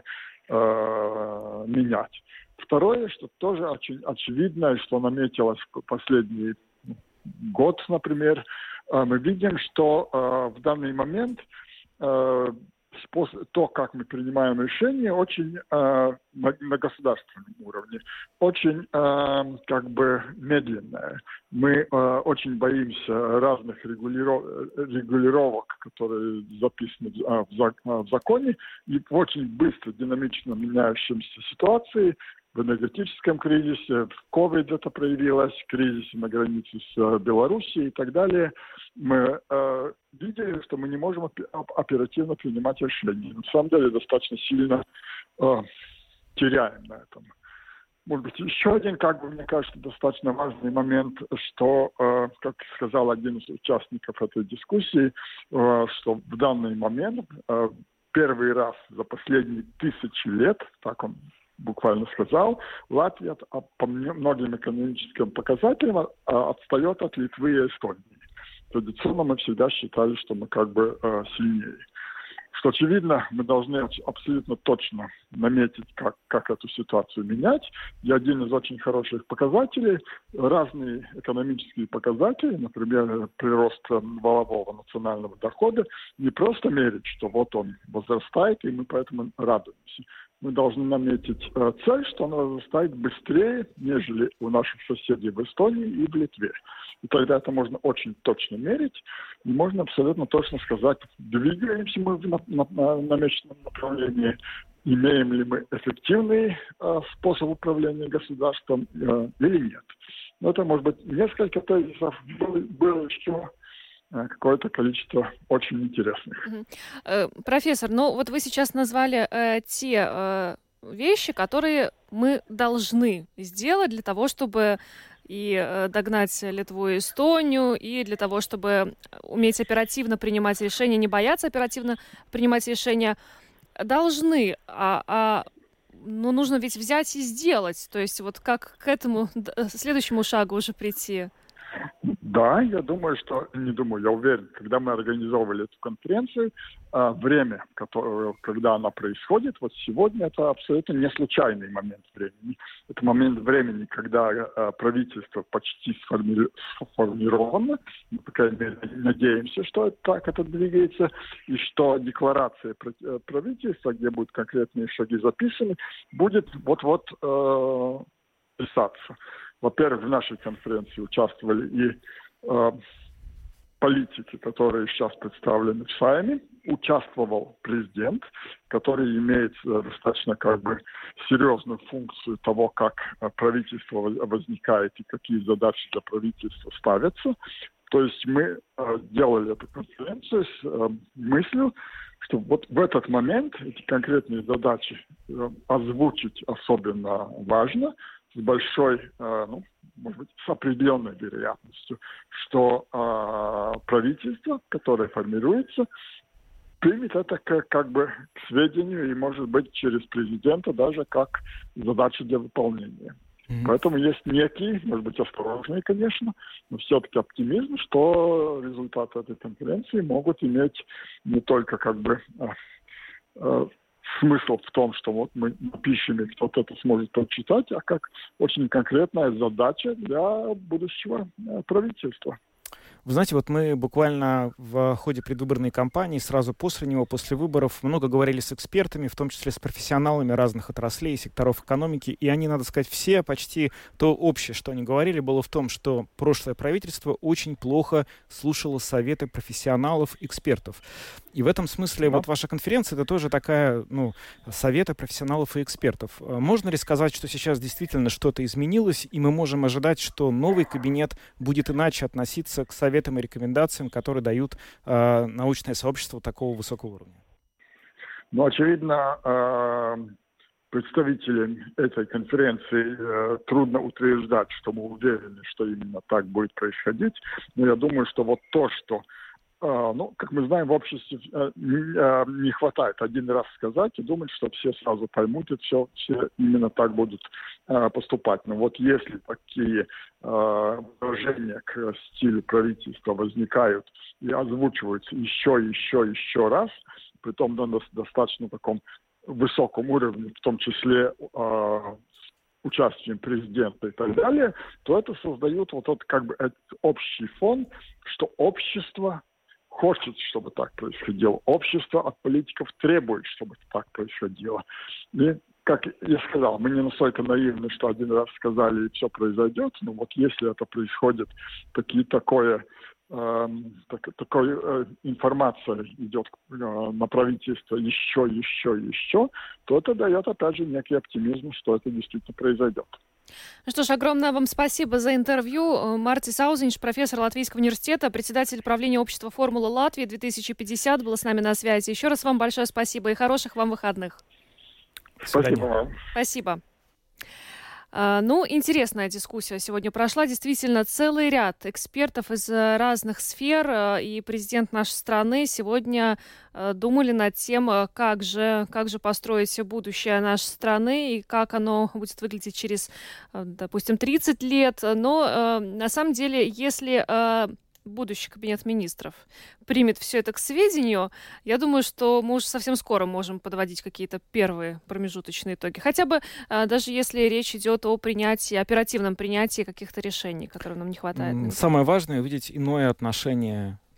э, менять. Второе, что тоже очень очевидно, что наметилось в последний год, например, э, мы видим, что э, в данный момент э, способ, то, как мы принимаем решения, очень э, на, на государственном уровне, очень э, как бы медленное. Мы э, очень боимся разных регулиров, регулировок, которые записаны э, в, зак, в законе, и в очень быстро, динамично меняющейся ситуации. В энергетическом кризисе, в ковид это проявилось, в кризисе на границе с э, Белоруссией и так далее. Мы э, видели, что мы не можем оперативно принимать решения. На самом деле достаточно сильно э, теряем на этом. Может быть, еще один, как бы, мне кажется, достаточно важный момент, что, э, как сказал один из участников этой дискуссии, э, что в данный момент э, первый раз за последние тысячи лет, так он буквально сказал, Латвия по многим экономическим показателям отстает от Литвы и Эстонии. Традиционно мы всегда считали, что мы как бы э, сильнее. Что, очевидно, мы должны абсолютно точно наметить, как, как эту ситуацию менять. И один из очень хороших показателей, разные экономические показатели, например, прирост валового национального дохода, не просто мерить, что вот он возрастает, и мы поэтому радуемся. Мы должны наметить э, цель, что он возрастает быстрее, нежели у наших соседей в Эстонии и в Литве. И тогда это можно очень точно мерить, и можно абсолютно точно сказать, двигаемся мы в на, на, на намеченном направлении имеем ли мы эффективный э, способ управления государством э, или нет. Но это может быть несколько тезисов, было, было еще э, какое-то количество очень интересных. Э, профессор, ну вот вы сейчас назвали э, те э, вещи, которые мы должны сделать для того, чтобы и э, догнать Литву и Эстонию, и для того, чтобы уметь оперативно принимать решения, не бояться оперативно принимать решения. Должны, а, а ну, нужно ведь взять и сделать. То есть вот как к этому следующему шагу уже прийти? Да, я думаю, что, не думаю, я уверен, когда мы организовывали эту конференцию, время, которое, когда она происходит, вот сегодня это абсолютно не случайный момент времени. Это момент времени, когда правительство почти сформировано, мы, по крайней мере, надеемся, что это так это двигается, и что декларация правительства, где будут конкретные шаги записаны, будет вот-вот э, писаться. Во-первых, в нашей конференции участвовали и э, политики, которые сейчас представлены в Сайме. Участвовал президент, который имеет э, достаточно как бы серьезную функцию того, как э, правительство возникает и какие задачи для правительства ставятся. То есть мы э, делали эту конференцию с э, мыслью, что вот в этот момент эти конкретные задачи э, озвучить особенно важно, с большой, э, ну, может быть, с определенной вероятностью, что э, правительство, которое формируется, примет это как, как бы к сведению и, может быть, через президента даже как задачу для выполнения. Mm-hmm. Поэтому есть некий, может быть, осторожный, конечно, но все-таки оптимизм, что результаты этой конференции могут иметь не только как бы э, э, смысл в том, что вот мы напишем, и кто-то это сможет прочитать, а как очень конкретная задача для будущего правительства. Вы знаете, вот мы буквально в ходе предвыборной кампании, сразу после него, после выборов, много говорили с экспертами, в том числе с профессионалами разных отраслей, секторов экономики, и они, надо сказать, все почти то общее, что они говорили, было в том, что прошлое правительство очень плохо слушало советы профессионалов, экспертов. И в этом смысле да. вот ваша конференция — это тоже такая, ну, советы профессионалов и экспертов. Можно ли сказать, что сейчас действительно что-то изменилось, и мы можем ожидать, что новый кабинет будет иначе относиться к советам и рекомендациям, которые дают э, научное сообщество такого высокого уровня? Ну, очевидно, э, представителям этой конференции э, трудно утверждать, что мы уверены, что именно так будет происходить. Но я думаю, что вот то, что ну, как мы знаем, в обществе не хватает один раз сказать и думать, что все сразу поймут, и все, все именно так будут поступать. Но вот если такие выражения к стилю правительства возникают и озвучиваются еще, еще, еще раз, притом на достаточно таком высоком уровне, в том числе участием президента и так далее, то это создает вот тот как бы этот общий фон, что общество хочет, чтобы так происходило. Общество от политиков требует, чтобы так происходило. И, как я сказал, мы не настолько наивны, что один раз сказали, и все произойдет. Но вот если это происходит, такие, такое, э, так, такой э, информация идет э, на правительство еще, еще, еще, то это дает, опять же, некий оптимизм, что это действительно произойдет. Ну что ж, огромное вам спасибо за интервью. Мартис Аузинш, профессор Латвийского университета, председатель правления общества «Формула Латвии две тысячи пятьдесят», был с нами на связи. Еще раз вам большое спасибо и хороших вам выходных. Спасибо вам. Спасибо. Ну, интересная дискуссия сегодня прошла. Действительно, целый ряд экспертов из разных сфер и президент нашей страны сегодня думали над тем, как же, как же построить будущее нашей страны и как оно будет выглядеть через, допустим, тридцать лет. Но на самом деле, если будущий кабинет министров примет все это к сведению, я думаю, что мы уже совсем скоро можем подводить какие-то первые промежуточные итоги. Хотя бы даже если речь идет о принятии, оперативном принятии каких-то решений, которым нам не хватает. Самое важное — увидеть иное отношение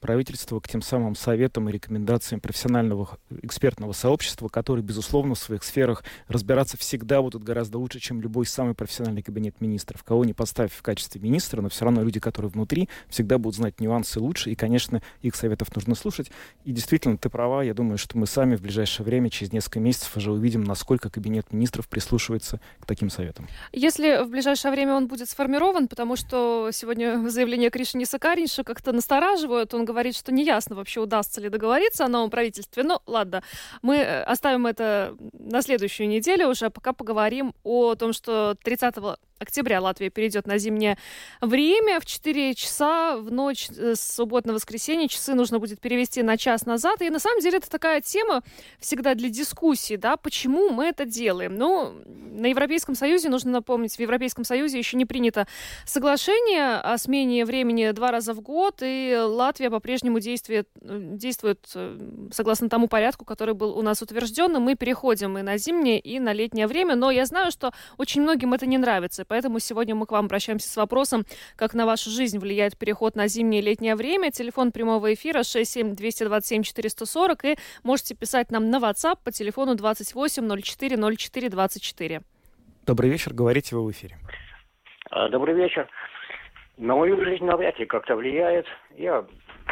правительства к тем самым советам и рекомендациям профессионального экспертного сообщества, которые, безусловно, в своих сферах разбираться всегда будут гораздо лучше, чем любой самый профессиональный кабинет министров. Кого не поставь в качестве министра, но все равно люди, которые внутри, всегда будут знать нюансы лучше, и, конечно, их советов нужно слушать. И действительно, ты права, я думаю, что мы сами в ближайшее время, через несколько месяцев, уже увидим, насколько кабинет министров прислушивается к таким советам. Если в ближайшее время он будет сформирован, потому что сегодня заявление Кришини Сакаринша как-то настораживает, он говорит, что неясно вообще, удастся ли договориться о новом правительстве. Ну, ладно, мы оставим это на следующую неделю уже, пока поговорим о том, что тридцатого октября Латвия перейдет на зимнее время. В четыре часа в ночь с субботы на воскресенье часы нужно будет перевести на час назад. И на самом деле это такая тема всегда для дискуссии, да, почему мы это делаем. Ну, на Европейском Союзе, нужно напомнить, в Европейском Союзе еще не принято соглашение о смене времени два раза в год, и Латвия по-прежнему действует, действует согласно тому порядку, который был у нас утвержден. Мы переходим и на зимнее, и на летнее время, но я знаю, что очень многим это не нравится. Поэтому сегодня мы к вам обращаемся с вопросом, как на вашу жизнь влияет переход на зимнее и летнее время. Телефон прямого эфира шесть семь два два семь четыре сорок, и можете писать нам на WhatsApp по телефону двадцать восемь ноль четыре ноль четыре двадцать четыре. Добрый вечер, говорите вы в эфире. Добрый вечер. На мою жизнь навряд ли как-то влияет. Я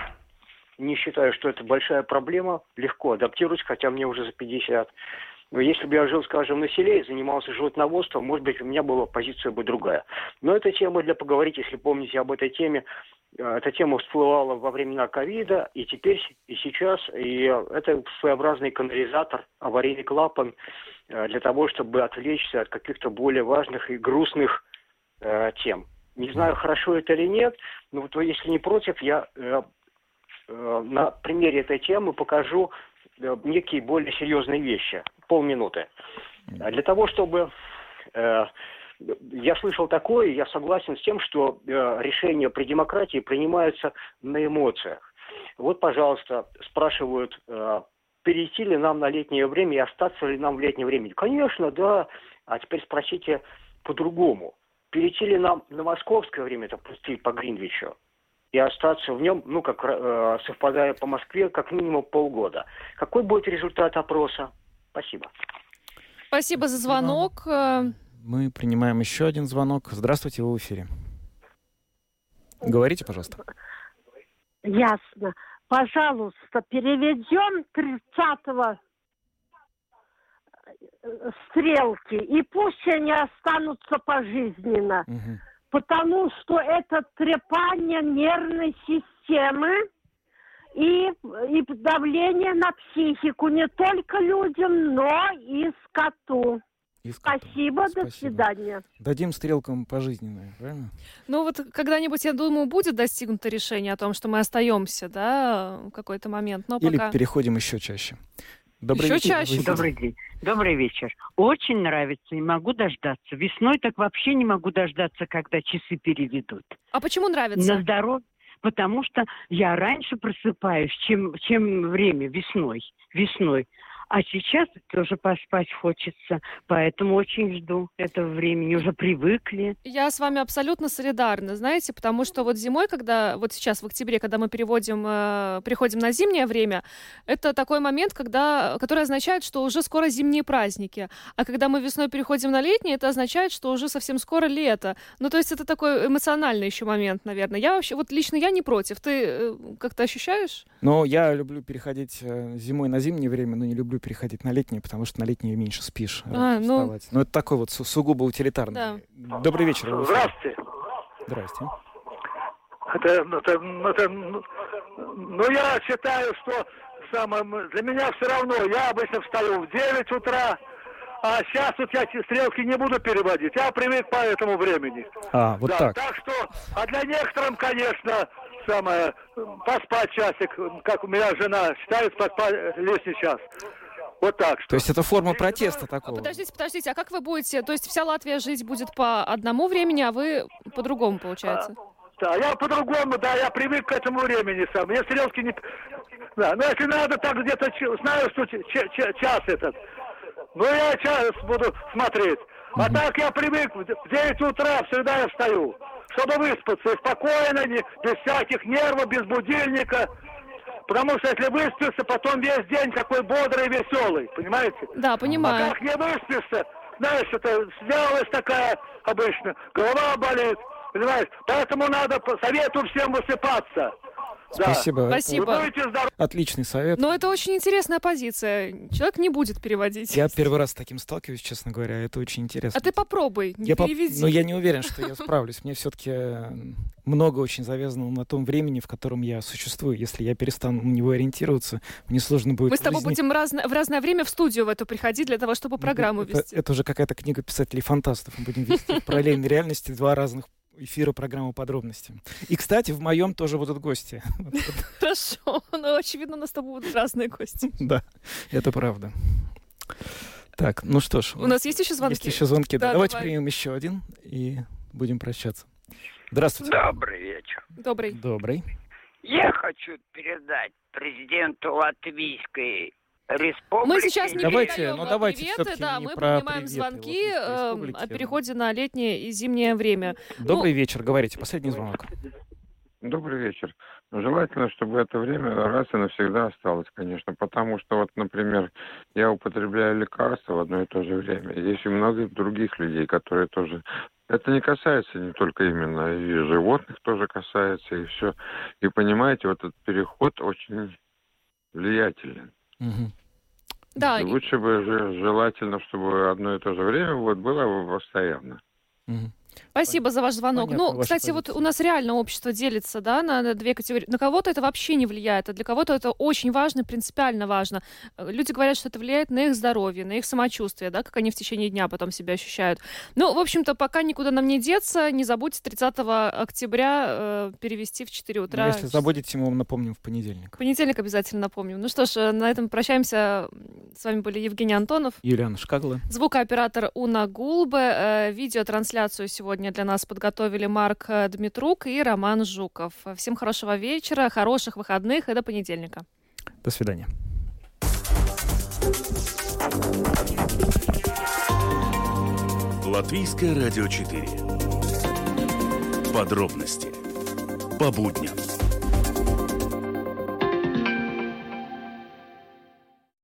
не считаю, что это большая проблема. Легко адаптируюсь, хотя мне уже за пятьдесят. Если бы я жил, скажем, на селе и занимался животноводством, может быть, у меня была позиция бы другая. Но это тема для поговорить, если помните об этой теме. Эта тема всплывала во времена ковида, и теперь, и сейчас. И это своеобразный канализатор, аварийный клапан для того, чтобы отвлечься от каких-то более важных и грустных э, тем. Не знаю, хорошо это или нет, но вот если не против, я э, э, на примере этой темы покажу э, некие более серьезные вещи. Полминуты. Для того, чтобы... Э, я слышал такое, я согласен с тем, что э, решения при демократии принимаются на эмоциях. Вот, пожалуйста, спрашивают, э, перейти ли нам на летнее время и остаться ли нам в летнее время. Конечно, да. А теперь спросите по-другому. Перейти ли нам на московское время, это пустить по Гринвичу, и остаться в нем, ну, как э, совпадая по Москве, как минимум полгода. Какой будет результат опроса? Спасибо. Спасибо за звонок. Мы принимаем еще один звонок. Здравствуйте, вы в эфире. Говорите, пожалуйста. Ясно. Пожалуйста, переведем тридцатого стрелки, и пусть они останутся пожизненно. Угу. Потому что это трепание нервной системы и, и давление на психику не только людям, но и скоту. И скоту. Спасибо, Спасибо, до свидания. Дадим стрелкам пожизненное, правильно? Ну вот когда-нибудь, я думаю, будет достигнуто решение о том, что мы остаемся, да, в какой-то момент. Но Или пока... переходим еще чаще. Добрый еще вечер. чаще. Добрый день. Добрый вечер. Очень нравится, не могу дождаться. Весной так вообще не могу дождаться, когда часы переведут. А почему нравится? На здоровье. Потому что я раньше просыпаюсь, чем, чем время весной. Весной. А сейчас тоже поспать хочется, поэтому очень жду этого времени, уже привыкли. Я с вами абсолютно солидарна, знаете, потому что вот зимой, когда, вот сейчас в октябре, когда мы переводим, э, переходим на зимнее время, это такой момент, когда, который означает, что уже скоро зимние праздники, а когда мы весной переходим на летнее, это означает, что уже совсем скоро лето. Ну, то есть это такой эмоциональный еще момент, наверное. Я вообще, вот лично я не против. Ты э, как-то ощущаешь? Ну, я люблю переходить э, зимой на зимнее время, но не люблю переходить на летнее, потому что на летнее меньше спишь. А, ну... Но это такой вот су- сугубо утилитарный. Да. Добрый вечер. Здравствуйте. Здрасте. Это, это, это, ну, я считаю, что самое, для меня все равно. Я обычно встаю в девять утра, а сейчас вот я стрелки не буду переводить. Я привык по этому времени. А, вот да, так. Так что, а для некоторым, конечно, самое, поспать часик, как у меня жена считает, поспать лишний час. Вот так что. То есть это форма протеста такого? Подождите, подождите, а как вы будете... То есть вся Латвия жить будет по одному времени, а вы по-другому, получается? А, да, я по-другому, да, я привык к этому времени сам. Я стрелки не... Да, но если надо, так где-то... Знаю, что ч- ч- час этот. Ну, я час буду смотреть. А mm-hmm. так я привык, в девять утра всегда я встаю. чтобы выспаться. И спокойно, не, без всяких нервов, без будильника. Потому что если выспишься, потом весь день какой бодрый и веселый. Понимаете? Да, понимаю. А как не выспишься, знаешь, это вялость такая обычно. Голова болит. Понимаешь? Поэтому надо, советую всем высыпаться. Спасибо. Да. Спасибо. Отличный совет. Но это очень интересная позиция. Человек не будет переводить. Я первый раз с таким сталкиваюсь, честно говоря. Это очень интересно. А ты попробуй, не я переведи. Поп... Но я не уверен, что я справлюсь. Мне все-таки много очень завязано на том времени, в котором я существую. Если я перестану на него ориентироваться, мне сложно будет... Мы с тобой жизни... будем разно... в разное время в студию в эту приходить для того, чтобы программу это, вести. Это уже какая-то книга писателей-фантастов. Мы будем вести в параллельной реальности два разных эфира программы «Подробности». И, кстати, в моем тоже будут гости. Хорошо. Ну, очевидно, у нас с тобой будут разные гости. Да, это правда. Так, ну что ж. У нас есть еще звонки? Есть еще звонки. Да, Давайте давай. примем еще один и будем прощаться. Здравствуйте. Добрый вечер. Добрый. Добрый. Я хочу передать президенту Латвийской Республики. Мы сейчас не давайте, передаем ну, давайте приветы, да, не мы про принимаем приветы звонки э, о переходе да. на летнее и зимнее время. Добрый ну, вечер, говорите, последний звонок. Добрый вечер. Желательно, чтобы это время раз и навсегда осталось, конечно, потому что, вот, например, я употребляю лекарства в одно и то же время. Есть и много других людей, которые тоже... Это не касается не только именно и животных, тоже касается, и все. И понимаете, вот этот переход очень влиятелен. Угу. Да. И лучше бы желательно, чтобы одно и то же время вот было постоянно. Угу. Спасибо за ваш звонок. Понятно, ну, ваша кстати, позиция. вот у нас реально общество делится, да, на, на две категории. На кого-то это вообще не влияет, а для кого-то это очень важно, принципиально важно. Люди говорят, что это влияет на их здоровье, на их самочувствие, да, как они в течение дня потом себя ощущают. Ну, в общем-то, пока никуда нам не деться, не забудьте тридцатого октября э, перевести в четыре утра. Ну, если забудете, мы вам напомним в понедельник. В понедельник обязательно напомним. Ну что ж, на этом прощаемся. С вами были Евгений Антонов, Юлиана Шкагла, звукооператор Уна Гулбе. Э, видеотрансляцию сегодня для нас подготовили Марк Дмитрук и Роман Жуков. Всем хорошего вечера, хороших выходных и до понедельника. До свидания. Латвийское радио четыре. Подробности по будням.